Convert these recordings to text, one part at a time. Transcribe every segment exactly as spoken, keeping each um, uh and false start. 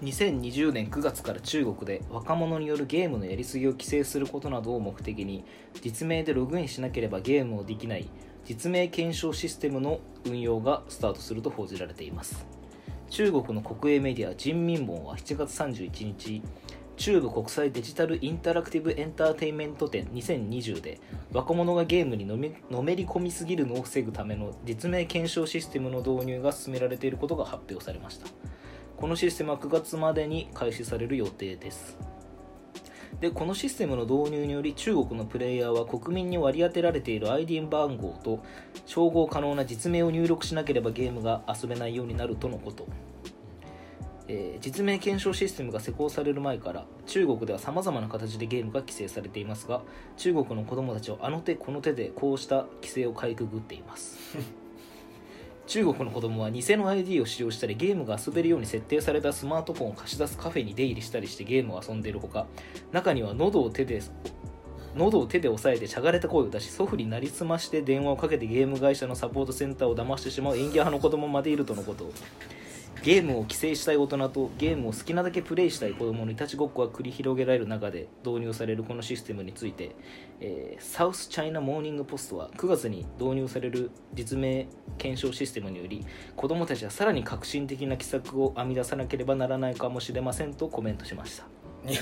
にせんにじゅうねんくがつから中国で若者によるゲームのやりすぎを規制することなどを目的に実名でログインしなければゲームをできない実名検証システムの運用がスタートすると報じられています。中国の国営メディア人民網はしちがつさんじゅういちにち、中部国際デジタルインタラクティブエンターテインメント展にせんにじゅうで若者がゲームにのめ、のめり込みすぎるのを防ぐための実名検証システムの導入が進められていることが発表されました。このシステムはくがつまでに開始される予定です。で、このシステムの導入により中国のプレイヤーは国民に割り当てられている アイディー 番号と照合可能な実名を入力しなければゲームが遊べないようになるとのこと。えー、実名検証システムが施行される前から中国では様々な形でゲームが規制されていますが、中国の子どもたちはあの手この手でこうした規制をかいくぐっています中国の子どもは偽の アイディー を使用したりゲームが遊べるように設定されたスマートフォンを貸し出すカフェに出入りしたりしてゲームを遊んでいるほか、中には喉を手で喉を手で押さえてしゃがれた声を出し祖父になりすまして電話をかけてゲーム会社のサポートセンターを騙してしまう演技派の子どもまでいるとのこと。ゲームを規制したい大人とゲームを好きなだけプレイしたい子どものいたちごっこが繰り広げられる中で導入されるこのシステムについて、えー、サウスチャイナモーニングポストはくがつに導入される実名検証システムにより子どもたちはさらに革新的な奇策を編み出さなければならないかもしれませんとコメントしました。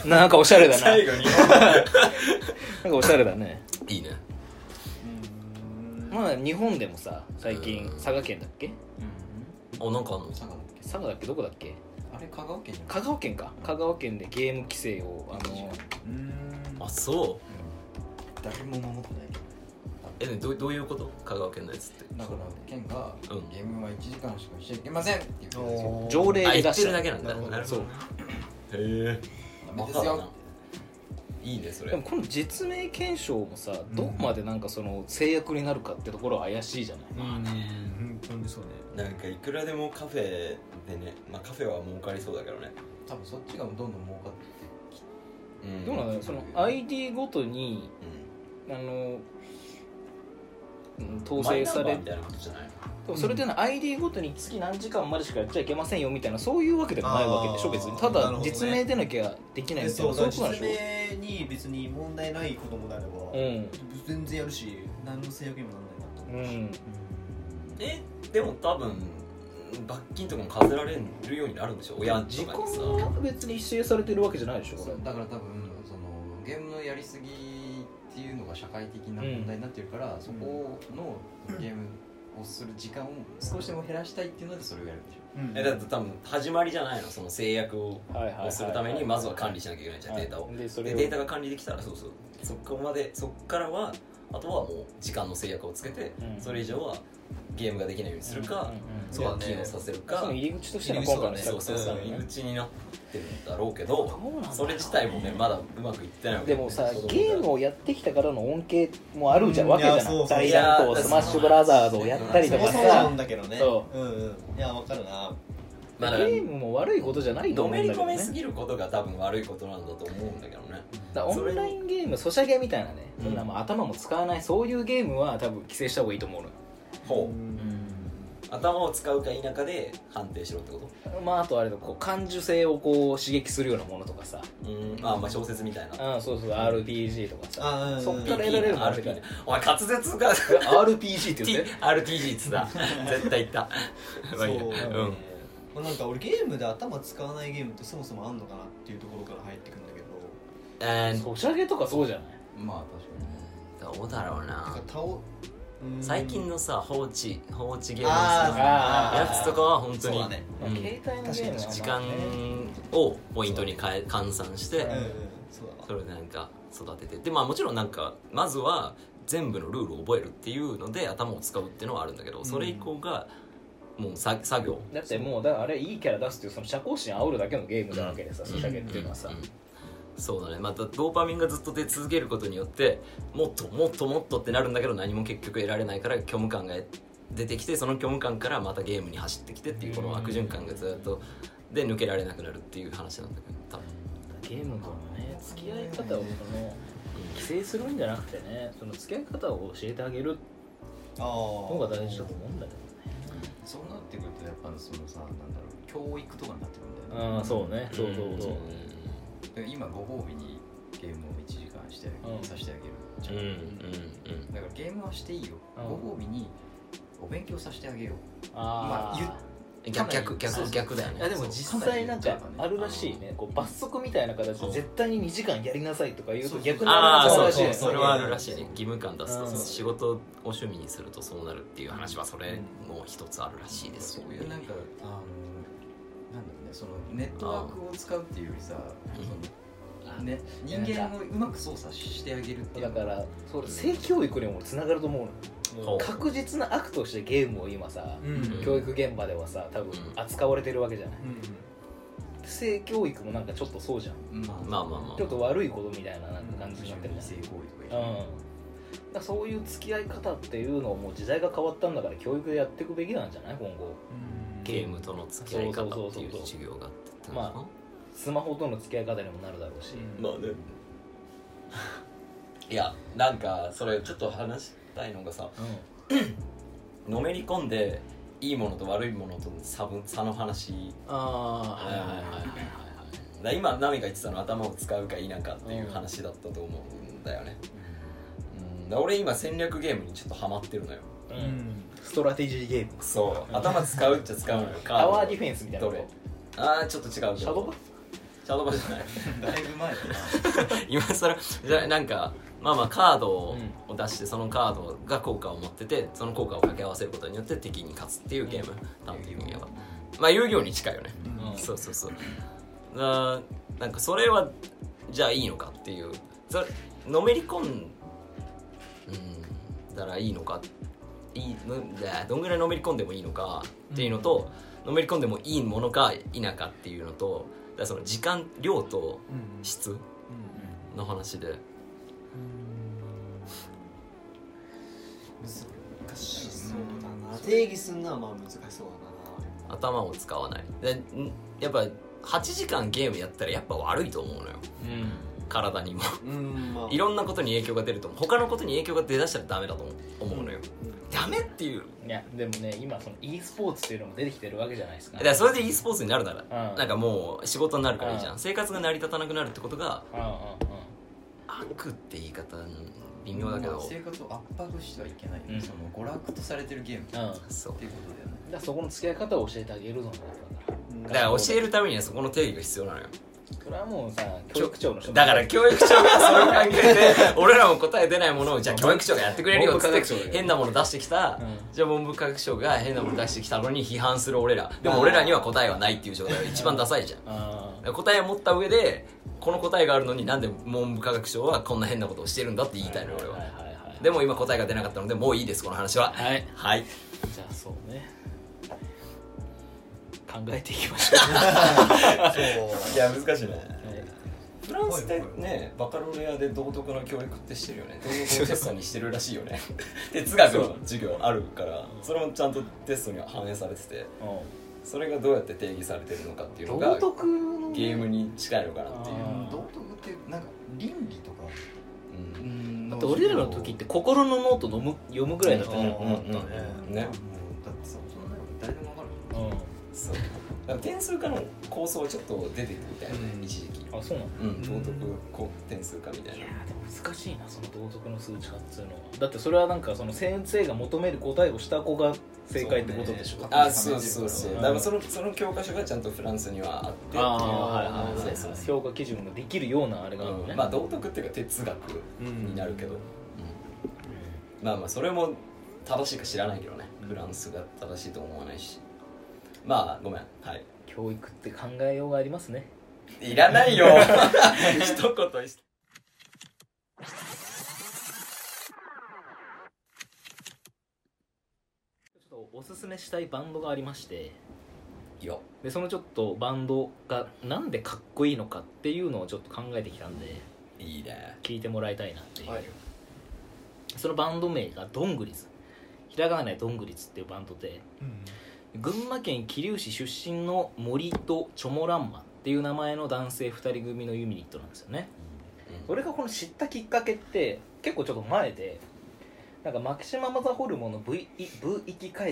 なんかおしゃれだな最後になんかおしゃれだね。 いいね。 うん、まあ日本でもさ最近佐賀県だっけ、 うん、あ、なんかあんの佐賀佐賀だっけどこだっけ、 あれ香川県香川県か、香川県でゲーム規制をあのうーんあ、そう、うん、 誰も守ってないけど、 え、ど, どういうこと香川県のやつって。 だから県が、 うん、 ゲームはいちじかんしかしちゃいけませんって言ってるんですよ。 条例で出した。 あ、言ってるだけなんだ。 なるほど。そう。 へえ。 ダメですよ。 いいねそれ。 でもこの実名検証もさ、どこまでなんかその制約になるかってところは怪しいじゃない。 まあね、 本当にそうね。なんかいくらでもカフェでね、まあカフェは儲かりそうだけどね。 多分そっちがどんどん儲かってきて、 うん、どうなんだろう、その アイディー ごとに、うん、あの、うん、統制されみたいなことじゃない。 それでの アイディー ごとに月何時間までしかやっちゃいけませんよみたいなそういうわけでもないわけでしょ別に。ただ実名でなきゃできないみたいな、 そういうことなんでしょ。実名に別に問題ない子供であれば、うん、全然やるし何の制約にもならないなと思うし、うんうん、 えでも多分罰金とかも課せられるようになるんでしょ、親とかにさ。 時間は別に指定されてるわけじゃないでしょこれ。 だから多分そのゲームのやりすぎっていうのが社会的な問題になってるから、うん、そこのゲームをする時間を少しでも減らしたいっていうのでそれをやるんでしょ、 うん、えだって多分始まりじゃないの、その制約をするためにまずは管理しなきゃいけないじゃん、データを。でそれをでデータが管理できたらそうそうそこまでそこからはあとはもう時間の制約をつけて、うん、それ以上はゲームができないようにするか、そうだね、機能させるか、 その入り口としての今回のそうそうそう入り口になってるんだろうけど、それ自体もねまだうまくいってないわけでもさ、ゲームをやってきたからの恩恵もあるじゃん、わけじゃない。大乱闘スマッシュブラザーズをやったりとかさ、 そうなんだけどね。そう、うんうん、いやわかるな。 まあ、ゲームも悪いことじゃないと思うんだけどね。 のめり込みすぎることが多分悪いことなんだと思うんだけどね。 だオンラインゲーム、ソシャゲみたいなね、うん、そんなもう頭も使わないそういうゲームは多分規制した方がいいと思うの。 ほう、うん、頭を使うか否かで判定しろってこと。 まああとあれだ、こう感受性をこう刺激するようなものとかさ、 うん、あまあ小説みたいな、 あそうそう アールピージー とかさ、そっから得られるものって、 お前滑舌がアールピージー って言ってアールピージー って言ってた絶対言ったそう、うんまあ、なんか俺ゲームで頭使わないゲームってそもそもあんのかなっていうところから入ってくるんだけど、 えー、ソシャゲとかそうじゃない。 まあ確かにどうだろうな。 倒最近のさ放置放置ゲームのやつとかは本当に、 ねうん、携帯のゲームは時間をポイントに換え換算して、 うん、 それでなんか育ててで、まあもちろんなんかまずは全部のルールを覚えるっていうので頭を使うっていうのはあるんだけど、それ以降がもう作業だってもうだからあれいいキャラ出すっていうその社交心煽るだけのゲームなわけでさ、ソシャゲっていうのはさ、うんうんうん、 そうだね。またドーパミンがずっと出続けることによってもっともっともっとってなるんだけど何も結局得られないから虚無感が出てきて、その虚無感からまたゲームに走ってきてっていうこの悪循環がずっとで抜けられなくなるっていう話なんだけど、多分ゲームとのね付き合い方をその規制するんじゃなくてね、その付き合い方を教えてあげるのが大事だと思うんだけどね。 そうなってくるとやっぱそのさ、なんだろう、教育とかになってくるんだよね。 ああそうね、そうそうそう、 うん、今ご褒美にゲームをいちじかんしてあげる、うん、させてあげるじゃん、うんうんうん、だからゲームはしていいよ、うん、ご褒美にお勉強させてあげよう。 あ、 まあ逆逆逆逆だよね。 いやでも実際なんかあるらしいね、こう罰則みたいな形で絶対ににじかんやりなさいとか言うと逆にああそうそう、それはあるらしいね。義務感出すと仕事を趣味にするとそうなるっていう話はそれも一つあるらしいです。 そういうなんかあのなんだろうね、そのネットワークを使うっていうよりさ、そのね、人間をうまく操作してあげるっていう。 だからそう性教育にもつながると思うの。確実な悪としてゲームを今さ、うん、教育現場ではさ多分扱われてるわけじゃない、うん、性教育もなんかちょっとそうじゃん、 うん、まあまあまあちょっと悪いことみたいななんか感じになってるじゃん、 性行為とか、うん、 だそういう付き合い方っていうのをもう時代が変わったんだから教育でやっていくべきなんじゃない今後、 うん、ゲームとの付き合い方っていう授業があってまあスマホとの付き合い方にもなるだろうし、 うん、まあねいやなんかそれちょっと話したいのがさ、うん、のめり込んでいいものと悪いものとの 差, 差の話。 ああはいはいはいはいはい。今ナミが言ってたのは頭を使うか否かっていう話だったと思うんだよね、うん、だ俺今戦略ゲームにちょっとハマってるのよ、 うん、ストラテジーゲーム。 そう頭使うっちゃ使うのよタワーディフェンスみたいな。どれ？ ああちょっと違う。 シャドーバシャドーバじゃないだいぶ前だな今更じゃなんかまあまあカードを出してそのカードが効果を持っててその効果を掛け合わせることによって敵に勝つっていうゲーム。多分遊戯はまあ遊戯王に近いよね、うん、そうそうそうだなんかそれはじゃあいいのかっていうそれのめり込ん、うん、だらいいのかいいどんぐらいのめり込んでもいいのかっていうのと、うん、のめり込んでもいいものか否かっていうのとだその時間量と質の話で、 難しそうだな。定義すんのはまあ難しそうだな。 頭を使わないでやっぱはちじかんゲームやったらやっぱ悪いと思うのよ、うん、体にも、うんまあ、いろんなことに影響が出ると思う。他のことに影響が出だしたらダメだと思うのよ、うんうん、ダメっていう。 いやでもね今その e スポーツっていうのも出てきてるわけじゃないですか。 だからそれで e スポーツになるなら、うん、なんかもう仕事になるからいいじゃん、うん、生活が成り立たなくなるってことが、うんうんうん、悪って言い方微妙だけど、 生活を圧迫してはいけない、うん、その娯楽とされてるゲーム、うん、そうっていうことだよね。 だからそこの付き合い方を教えてあげるのだから、 だから教えるためにはそこの定義が必要なのよ。 それはもうさ教育長の人だから教育長がそれを考えて俺らも答え出ないものをじゃあ教育長がやってくれるよって変なもの出してきた、うん、じゃあ文部科学省が変なもの出してきたのに批判する俺らでも俺らには答えはないっていう状態が一番ダサいじゃん。答えを持った上でこの答えがあるのになんで文部科学省はこんな変なことをしてるんだって言いたいの俺は。でも今答えが出なかったのでもういいですこの話は。 はい、 はい、 じゃあそうね考えていきましょうそういや難しいね、はい、フランスってねバカロレアで道徳の教育ってしてるよね。道徳をテストにしてるらしいよね哲学の授業あるからそれもちゃんとテストには反映されててそれがどうやって定義されてるのかっていうのがゲームに近いのかなっていう。 道徳ってなんか倫理とか、 うん、だって俺らの時って心のノート読む読むぐらいだったから、うんうんうんうん、ね、 だってさそんなの誰でも分かる、うんそうだから点数化の構想はちょっと出てるみたいなね、うん、一時期。 あ、そうなの？ うん、道徳点数化みたいな。 いやでも難しいなその道徳の数値化っていうのは。だってそれはなんかその先生が求める答えをした子が正解ってことでしょ。 そう、ね、あ、そうそうそう。だからそのその教科書がちゃんとフランスにはあってっていう。あ、 はいはいはい。そうそう評価基準ができるようなあれがあるね、 うん。まあ道徳っていうか哲学になるけど、うんうん、まあまあそれも正しいか知らないけどね。フランスが正しいと思わないし。まあごめん、はい。 教育って考えようがありますね。 いらないよ一言して。ちょっとおすすめしたいバンドがありましてよでそのちょっとバンドがなんでかっこいいのかっていうのをちょっと考えてきたんでいいね聞いてもらいたいなっていう、はい、そのバンド名がドングリズひらがなでドングリズっていうバンドで、うん、群馬県桐生市出身の森とチョモランマっていう名前の男性ふたり組のユニットなんですよね、うん、俺がこの知ったきっかけって結構ちょっと前でなんかマキシマムザホルモンの V ブ生き返す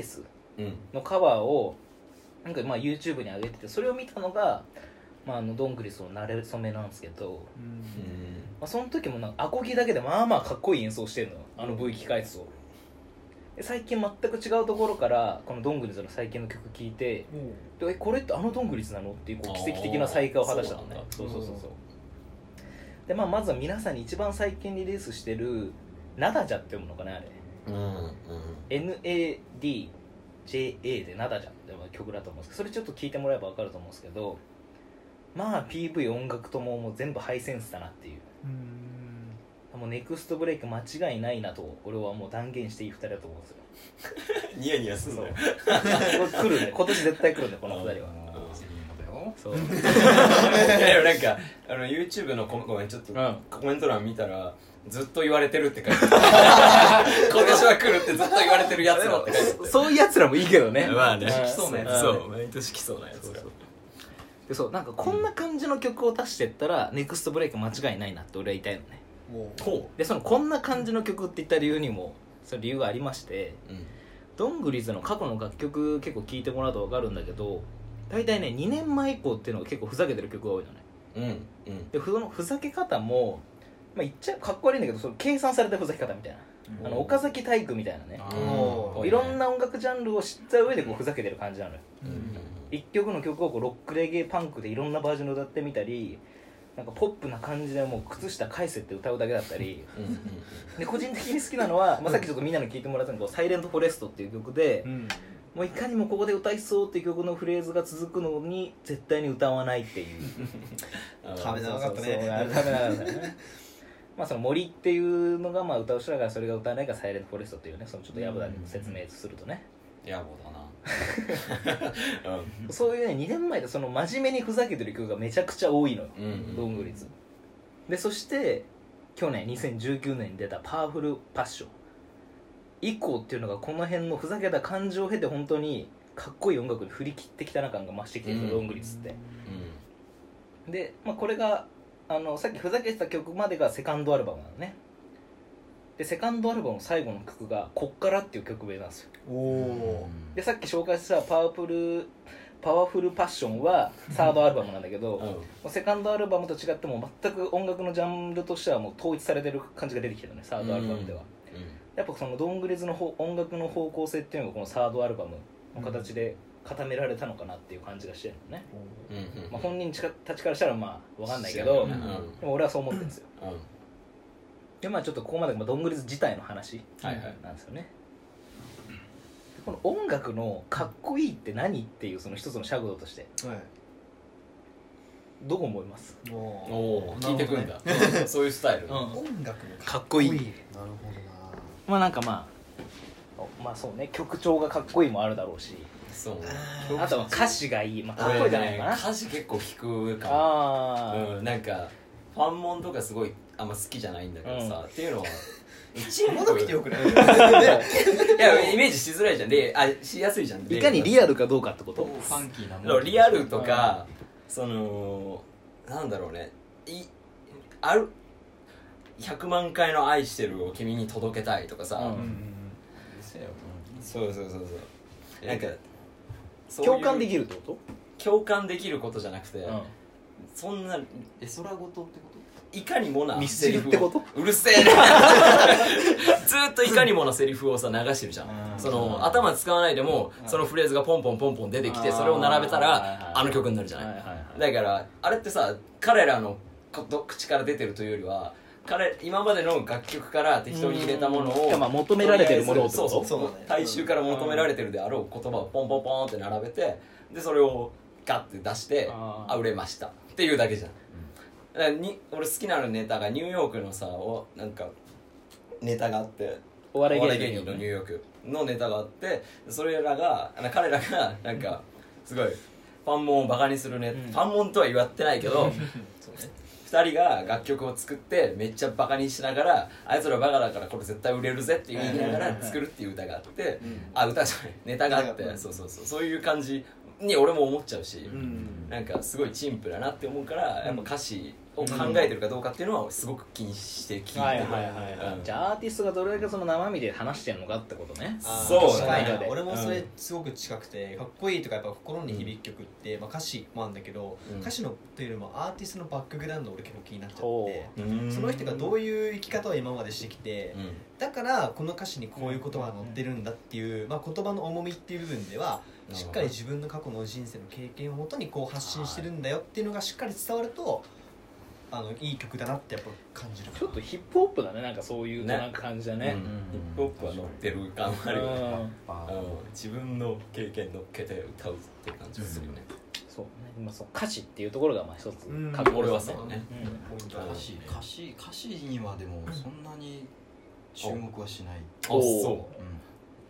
のカバーをなんかまあ YouTube に上げてて、それを見たのが、まあ、あのドングリスの慣れ初めなんですけど、うんまあ、その時もなんかアコギだけでまあまあかっこいい演奏してるのよ、あの V 機械と。最近全く違うところからこのドングリズの最近の曲聴いて、うん、えこれってあのドングリズなのっていう、こう奇跡的な再会を果たしたのね。そうそうそうそう。で、まあ、まずは皆さんに一番最近リリースしてるナダジャって読むのかなあれ、うんうん、エヌエーディージェーエー でナダジャって曲だと思うんですけど、それちょっと聴いてもらえば分かると思うんですけど、まあ ピーブイ 音楽とももう全部ハイセンスだなっていう、うんもうネクストブレイク間違いないなと俺はもう断言していいふたりだと思うんですよ。 ニヤニヤするのよ。 来るね、今年絶対来るねこのふたりは。そういやなんかあの YouTube のコメントちょっと、うん、コメント欄見たらずっと言われてるって書いてある。今年は来るってずっと言われてるやつだって書いてある。 そういうやつらもいいけどね。 まあね、 来そうなやつ。そう毎年来そうなやつ。 そうそうでそうなんかこんな感じの曲を足してったら、うん、ネクストブレイク間違いないなって俺は言いたいのね。もうでそのこんな感じの曲って言った理由にもその理由がありまして、うん、ドングリズの過去の楽曲結構聴いてもらうと分かるんだけど、大体ねにねんまえ以降っていうのが結構ふざけてる曲が多いのね。うんうん、でそのふざけ方も、まあ、言っちゃかっこ悪いんだけど、その計算されたふざけ方みたいな、あの岡崎体育みたいなね、いろんな音楽ジャンルを知った上でこうふざけてる感じなのよ。いっきょくの曲をこうロックレゲエパンクでいろんなバージョンで歌ってみたり、なんかポップな感じでもう靴下返せって歌うだけだったりで個人的に好きなのは、まあ、さっきちょっとみんなに聞いてもらったのがサイレントフォレストっていう曲で、うん、もういかにもここで歌いそうっていう曲のフレーズが続くのに絶対に歌わないっていうためなかったね。 ためなかったね。まあその森っていうのがまあ歌う人だから、それが歌わないからサイレントフォレストっていうね、そのちょっとやぶだけど説明するとね、 野暮だな。 うん、そういうねにねんまえでその真面目にふざけてる曲がめちゃくちゃ多いのよ、うんうん、ドングリズで。そして去年にせんじゅうきゅうねんに出たパワフルパッション以降っていうのが、この辺のふざけた感情を経て本当にかっこいい音楽に振り切ってきたな感が増してきてるの、うん、ドングリズって、うん、で、まあ、これがあのさっきふざけてた曲までがセカンドアルバムなのね。でセカンドアルバムの最後の曲がこっからっていう曲名なんですよ。おでさっき紹介したパワフルパワフルパッションはサードアルバムなんだけど、うん、セカンドアルバムと違っても全く音楽のジャンルとしてはもう統一されてる感じが出てきてるね、サードアルバムでは、うんうん、やっぱそのドングリズの音楽の方向性っていうのがこのサードアルバムの形で固められたのかなっていう感じがしてるのね、うんうんまあ、本人たちからしたらまあ分かんないけど、うん、でも俺はそう思ってるんですよ、うん、でまあちょっとここまでドングリズ自体の話なんですよね、はいはい、この音楽のかっこいいって何っていうその一つの尺度として、はい、どう思います？ おお聞いてくんだ、ね、そういうスタイル、うん、 音楽のかっこいい、なるほどな。まあなんかまあまあそうね、曲調がかっこいいもあるだろうし、そうあとは歌詞がいい、まあ、かっこいいじゃないかな、 ね、歌詞結構聞くかも。あ、うん、なんかファンモンとかすごいあんま好きじゃないんだけどさ、うん、っていうのは一応物見てよくない？いやイメージしづらいじゃん、であしやすいじゃん。 いかにリアルかどうかってこと？ ファンキーなものリアルとか、そのなんだろうね、いあるひゃくまんかいの愛してるを君に届けたいとかさ、うんうんうん、そうそうそうそう、なんかそう共感できるってこと？ 共感できることじゃなくて、うん、そんな絵空事ってこと？ いかにもなセリフをうるせえなずっといかにもなセリフをさ流してるじゃん、うん、その頭使わないでも、うん、そのフレーズがポンポンポンポン出てきて、それを並べたらあの曲になるじゃない、はいはいはい、だからあれってさ彼らの口から出てるというよりは彼今までの楽曲から適当に入れたものを、 まあ求められてるものをってこと？ そうそうそう、大衆から求められてるであろう言葉をポンポンポンって並べて、でそれをガッて出してあ売れましたっていうだけじゃん。に俺好きなネタがニューヨークのさおなんかネタがあって、 お笑い芸人のニューヨークのネタがあって、それらが彼らがなんかすごいファンモンをバカにするね、うん、ファンモンとは言わってないけどそうね、ふたりが楽曲を作ってめっちゃバカにしながら、あいつらバカだからこれ絶対売れるぜって言いながら作るっていう歌があって、うん、あ歌じゃないネタがあって、うん、そうそうそう、そういう感じに俺も思っちゃうし、うん、なんかすごい陳腐だなって思うから、やっぱ歌詞を考えてるかどうかっていうのはすごく気にして聞いてる、 はいはいはい、はいうん、じゃあアーティストがどれだけその生身で話してるのかってことね。 そうだね。俺もそれすごく近くて、かっこいいとかやっぱ心に響く曲って、まあ、歌詞もあるんだけど、うん、歌詞のというよりもアーティストのバックグラウンド俺結構気になっちゃって、その人がどういう生き方を今までしてきて、うん、だからこの歌詞にこういう言葉が載ってるんだっていう、まあ、言葉の重みっていう部分ではしっかり自分の過去の人生の経験をもとにこう発信してるんだよっていうのがしっかり伝わると、あのいい曲だなってやっぱ感じる。 ちょっとヒップホップだね、なんかそういうなんか感じだね、うん、 ヒップホップは乗ってる感あるよね、うん、自分の経験乗っけて歌うって感じするよね、 うん、そうね。今その歌詞っていうところがまあ一つ、うん、 俺はそうね、 うん、歌詞歌詞歌詞にはでもそんなに注目はしない。 あ、そう、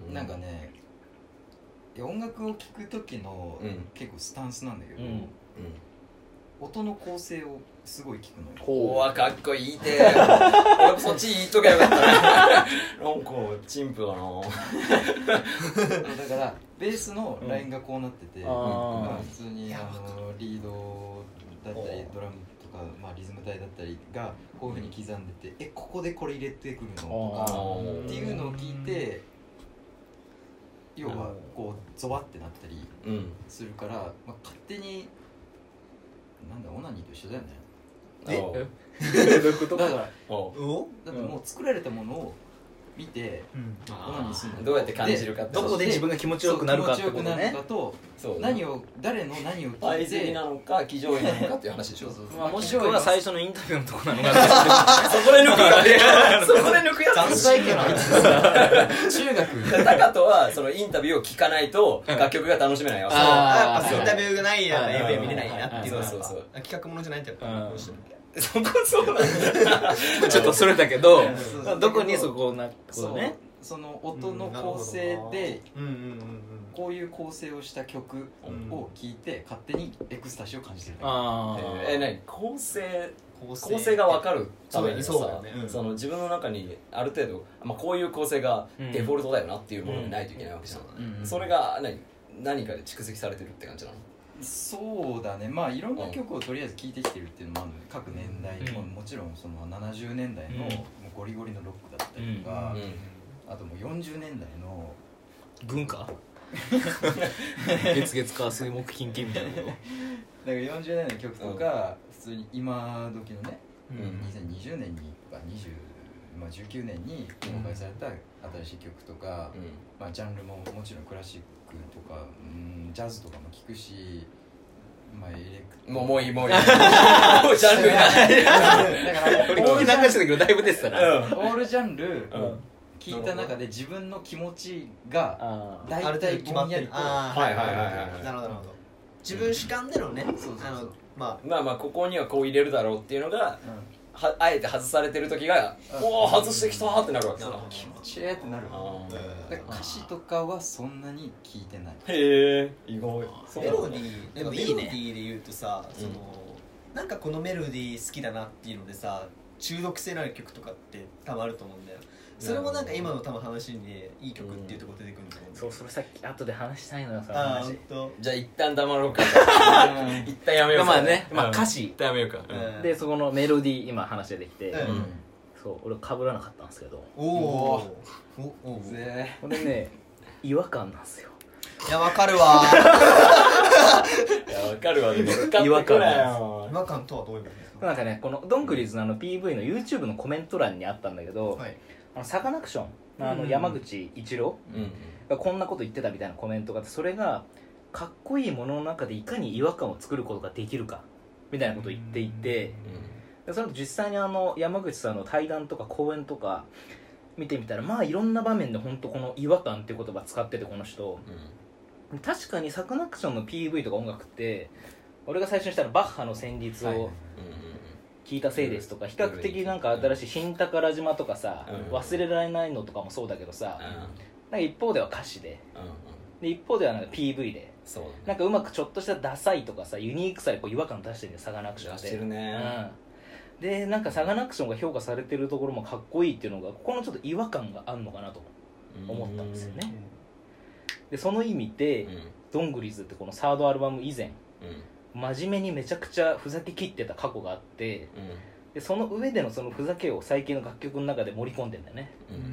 うん、なんかね、音楽を聴く時の、うん、結構スタンスなんだけど、うんうん、音の構成をすごい聞くのよ。 おわ、かっこいいて俺もそっち言っときゃよかったねなんかチンプだなだからベースのラインがこうなってて、うん、まあ、普通にあのリードだったりドラムとか、まあ、リズム体だったりがこういう風に刻んでて、え、ここでこれ入れてくるのとかっていうのを聞いて、要はこうゾワってなったりするから、まあ、勝手になんだオナニーと一緒だよね。 えどういうことだからだってもう作られたものを見て、うん、オナニーするのどうやって感じるかってどこで自分が気持ちよくなるかってことね。 と何を誰の何を聞いて相席なのか騎乗位なのかっていう話でしょそうそうそう、 まあ、もしくは最初のインタビューのところなのかそこで抜くやつそこで抜くやつ残罪家の中学タカトはそのインタビューを聞かないと楽曲が楽しめないわ。 ああ、インタビューがないやら エーピー 見れないなっていうのはそうそうそう企画ものじゃないってやっぱこうしてるそこそうなんだちょっとそれだけどどこにそこなそうね、その音の構成でこういう構成をした曲を聴いて勝手にエクスタシーを感じてる。 あえ何構成構成が分かるためにさ、その自分の中にある程度、まあ、こういう構成がデフォルトだよなっていうものがないといけないわけじゃん。それが何何かで蓄積されてるって感じなの？ そうだね、まあいろんな曲をとりあえず聴いてきてるっていうのもあるので、各年代、うん、も, もちろんそのななじゅうねんだいの、うん、もうゴリゴリのロックだったりとか、うんうん、あともうよんじゅうねんだいの文化月月火水木金金みたいなことだからよんじゅうねんだいの曲とか、うん、普通に今時のね、うん、にせんにじゅうねんにとかにじゅう、まあ、じゅうきゅうねんに公開された新しい曲とか、うんまあ、ジャンルももちろんクラシックとか、うん、ジャズとかも聴くし、まあ、エレクトもうもういいもういいもうジャンルないだからオールジャンルしてたけどだいぶ出てたな、 うん、オールジャンル聞いた中で自分の気持ちが大体ぼんやりとはいはいはいはいなるほどなるほど自分主観でのね、そうそうそう、あのまあまあまあここにはこう入れるだろうっていうのが、うんはあえて外されてる時が、うん、おお外してきたーってなるわけですよ。 気持ちいいってなる。だから歌詞とかはそんなに聞いてない。 へえ意外。 メロディーでもいいね。メロディーで言うとさ、その、うん、なんかこのメロディー好きだなっていうのでさ中毒性のある曲とかって多分あると思うんだよ。それもなんか今の多分話にいい曲っていうところ出てくるんだと思うんだよ、 うん、そうそれさっき後で話したいのよその話。 じゃあ一旦黙ろうか一旦やめようか。 まあね、まあ、歌詞一旦やめようか、 うん、でそこのメロディー今話出てきて、うん、そう俺被らなかったんですけどおおおぜこれね違和感なんですよ。 いやわかるわいやわかるわでも違和感違和感とはどういうことですか。 なんかねこのドングリーズのあの ピーブイ の YouTube のコメント欄にあったんだけど、はい、あのサカナクションあの山口一郎がこんなこと言ってたみたいなコメントがあって、それがかっこいいものの中でいかに違和感を作ることができるかみたいなことを言っていて、でその実際にあの山口さんの対談とか講演とか見てみたら、まあいろんな場面で本当この違和感っていう言葉使っててこの人、うん、確かにサカナクションの ピーブイ とか音楽って俺が最初にしたらバッハの旋律を聞いたせいですとか、比較的なんか新しい新宝島とかさ、忘れられないのとかもそうだけどさ、なんか一方では歌詞で、で一方ではなんか ピーブイ で、 そうだね、 なんかうまくちょっとしたダサいとかさユニークさでこう違和感出してるんだよサカナクションって。 出してるね、 うん、でなんかサカナクションが評価されてるところもかっこいいっていうのがここのちょっと違和感があるのかなと思ったんですよね。でその意味で、うん、ドングリーズってこのサードアルバム以前真面目にめちゃくちゃふざけきってた過去があって、うん、でその上でのそのふざけを最近の楽曲の中で盛り込んでんだよね、うん、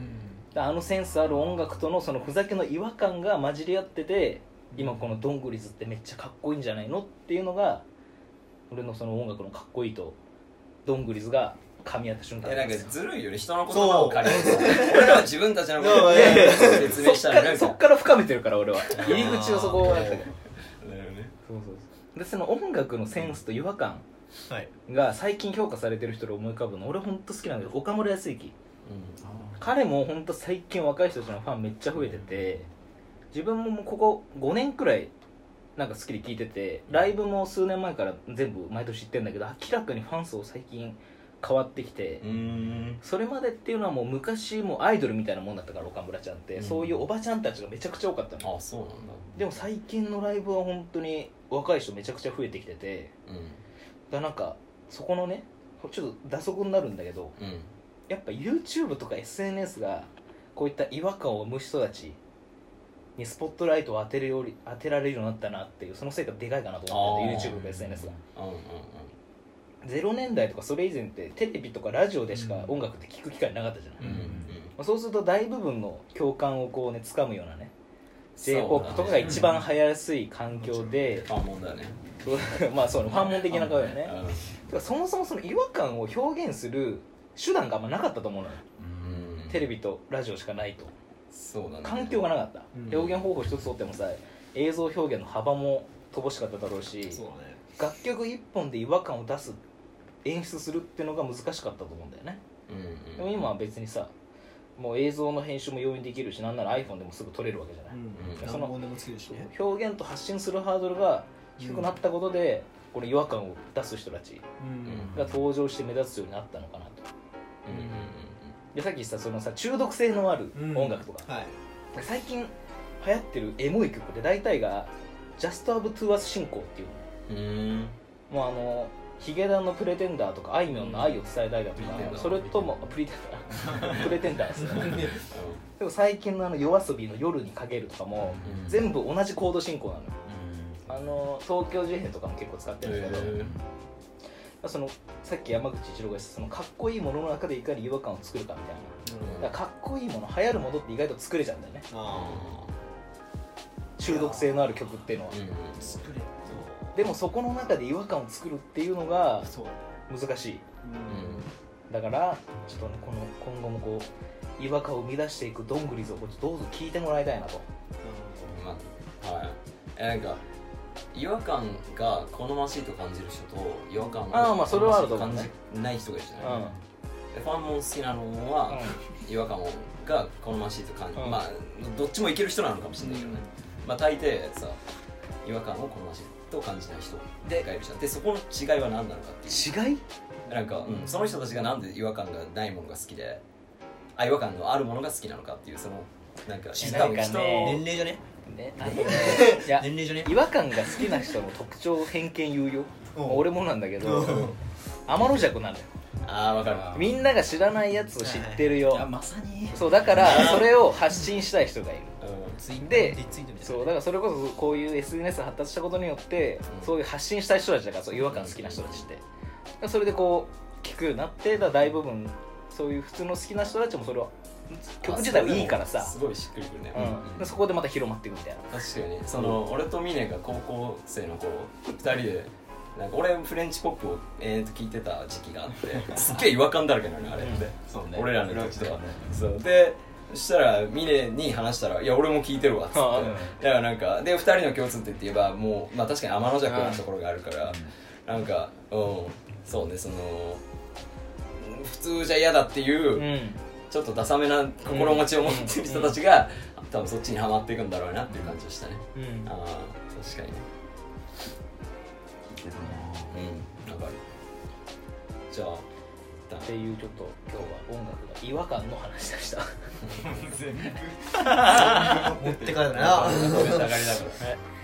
であのセンスある音楽とのそのふざけの違和感が混じり合ってて、今このドングリズってめっちゃかっこいいんじゃないのっていうのが俺のその音楽のかっこいいとドングリズが噛み合った瞬間。 えなんかずるいよね、人の言葉を借りてさ俺らは自分たちのことを説明したらなんかそっから深めてるから俺は入り口はそこだったからだよね。 そうそうそうでその音楽のセンスと違和感が最近評価されてる人で思い浮かぶの俺ほんと好きなんだけど岡村康之、うん、彼もほんと最近若い人たちのファンめっちゃ増えてて、自分もここごねんくらいなんか好きで聴いてて、ライブも数年前から全部毎年行ってんだけど明らかにファン層最近変わってきて、うーんそれまでっていうのはもう昔もうアイドルみたいなもんだったから岡村ちゃんって、うん、そういうおばちゃんたちがめちゃくちゃ多かったの。 あそうなんだ。 でも最近のライブは本当に若い人めちゃくちゃ増えてきてて、うん、だからなんかそこのねちょっと打足になるんだけど、うん、やっぱ YouTube とか エスエヌエス がこういった違和感を生む人たちにスポットライトを当てるより当てられるようになったなっていう、その成果でかいかなと思ってて YouTube とか エスエヌエス が、うんうんうん、ゼロねんだいとかそれ以前ってテレビとかラジオでしか音楽って聴く機会なかったじゃない、うんうんうんまあ、そうすると大部分の共感をこうね掴むようなね J-ポップ とかが一番流行りやすい環境で、 ファンモンだよねまあそうねファンモン的な顔よね、うん、だからそもそもその違和感を表現する手段があんまなかったと思うのよ、うん、テレビとラジオしかないと。そうだね、環境がなかった、うん、表現方法一つとってもさ映像表現の幅も乏しかっただろうし、そうだね、楽曲一本で違和感を出す演出するっていうのが難しかったと思うんだよね、うんうん、でも今は別にさもう映像の編集も容易にできるし、なんなら iPhone でもすぐ撮れるわけじゃない、うんうん、その表現と発信するハードルが低くなったことで、うん、これ違和感を出す人たちが登場して目立つようになったのかなと、うんうんうんでさっき言ったそのさ中毒性のある音楽とか、うんはい、最近流行ってるエモい曲って大体が Just Have To Us 進行っていうのね、うんもうあのヒゲダンのプレテンダーとかあいみょんの愛を伝えたいだとか、うん、それともプリテンダープレテンダーですねでも最近のあの夜遊びの夜にかけるとかも、うん、全部同じコード進行なのよ、うん、あの東京事変とかも結構使ってるんですけど、そのさっき山口一郎が言ったそのかっこいいものの中でいかに違和感を作るかみたいな、うん、だからかっこいいもの流行るものって意外と作れちゃうんだよね、あ中毒性のある曲っていうのは、うん、作れでもそこの中で違和感を作るっていうのが難しい、うん、だからちょっと、ね、この今後もこう違和感を生み出していくどんぐりずをどうぞ聴いてもらいたいなと、 うん、はいえなんか違和感が好ましいと感じる人と違和感を好ましいと感じない人がいるじゃない、うん、でファンも好きなのは、うん、違和感が好ましいと感じる、うん、まあどっちもいける人なのかもしれないけどね、うん、まあ大抵さ違和感を好ましいと感じない人がいるじゃん。でそこの違いは何なのかっていう違いなんか、うん、その人たちがなんで違和感がないものが好きであ違和感のあるものが好きなのかっていうそのなんか人の年齢じゃねね、あのねいや年齢じゃね違和感が好きな人の特徴偏見言うよ俺もなんだけど天の弱なんだよ。 あ分かるみんなが知らないやつを知ってるよ、 いやまさにそうだからそれを発信したい人がいる、うん、でそうだからそれこそこういう エスエヌエス が発達したことによって、うん、そういう発信したい人たちだからそう違和感好きな人たちって、うん、それでこう聞くようになってだ大部分そういう普通の好きな人たちもそれを曲自体はいいからさすごいしっくりくるね、 うん、でそこでまた広まっていくみたいな。 確かにその、うん、俺とミネが高校生の頃ふたりでなんか俺フレンチポップをえーと聞いてた時期があってすっげえ違和感だらけなのねあれって、うんそうね、俺らの時とは、ね、そうでそしたらミネに話したらいや俺も聞いてるわっつって、うん、だからなんかでふたりの共通点って言えばもうまあ確かに天の弱なところがあるから、うん、なんかうんそうねその普通じゃ嫌だっていう、うんちょっとダサめな心持ちを持ってる人たちが、うん、多分そっちにはまっていくんだろうなっていう感じがしたね、うん、ああ確かにね聞いてるなうん分かるじゃあっていうちょっと今日は音楽の違和感の話でした全部持ってからだな上がりだから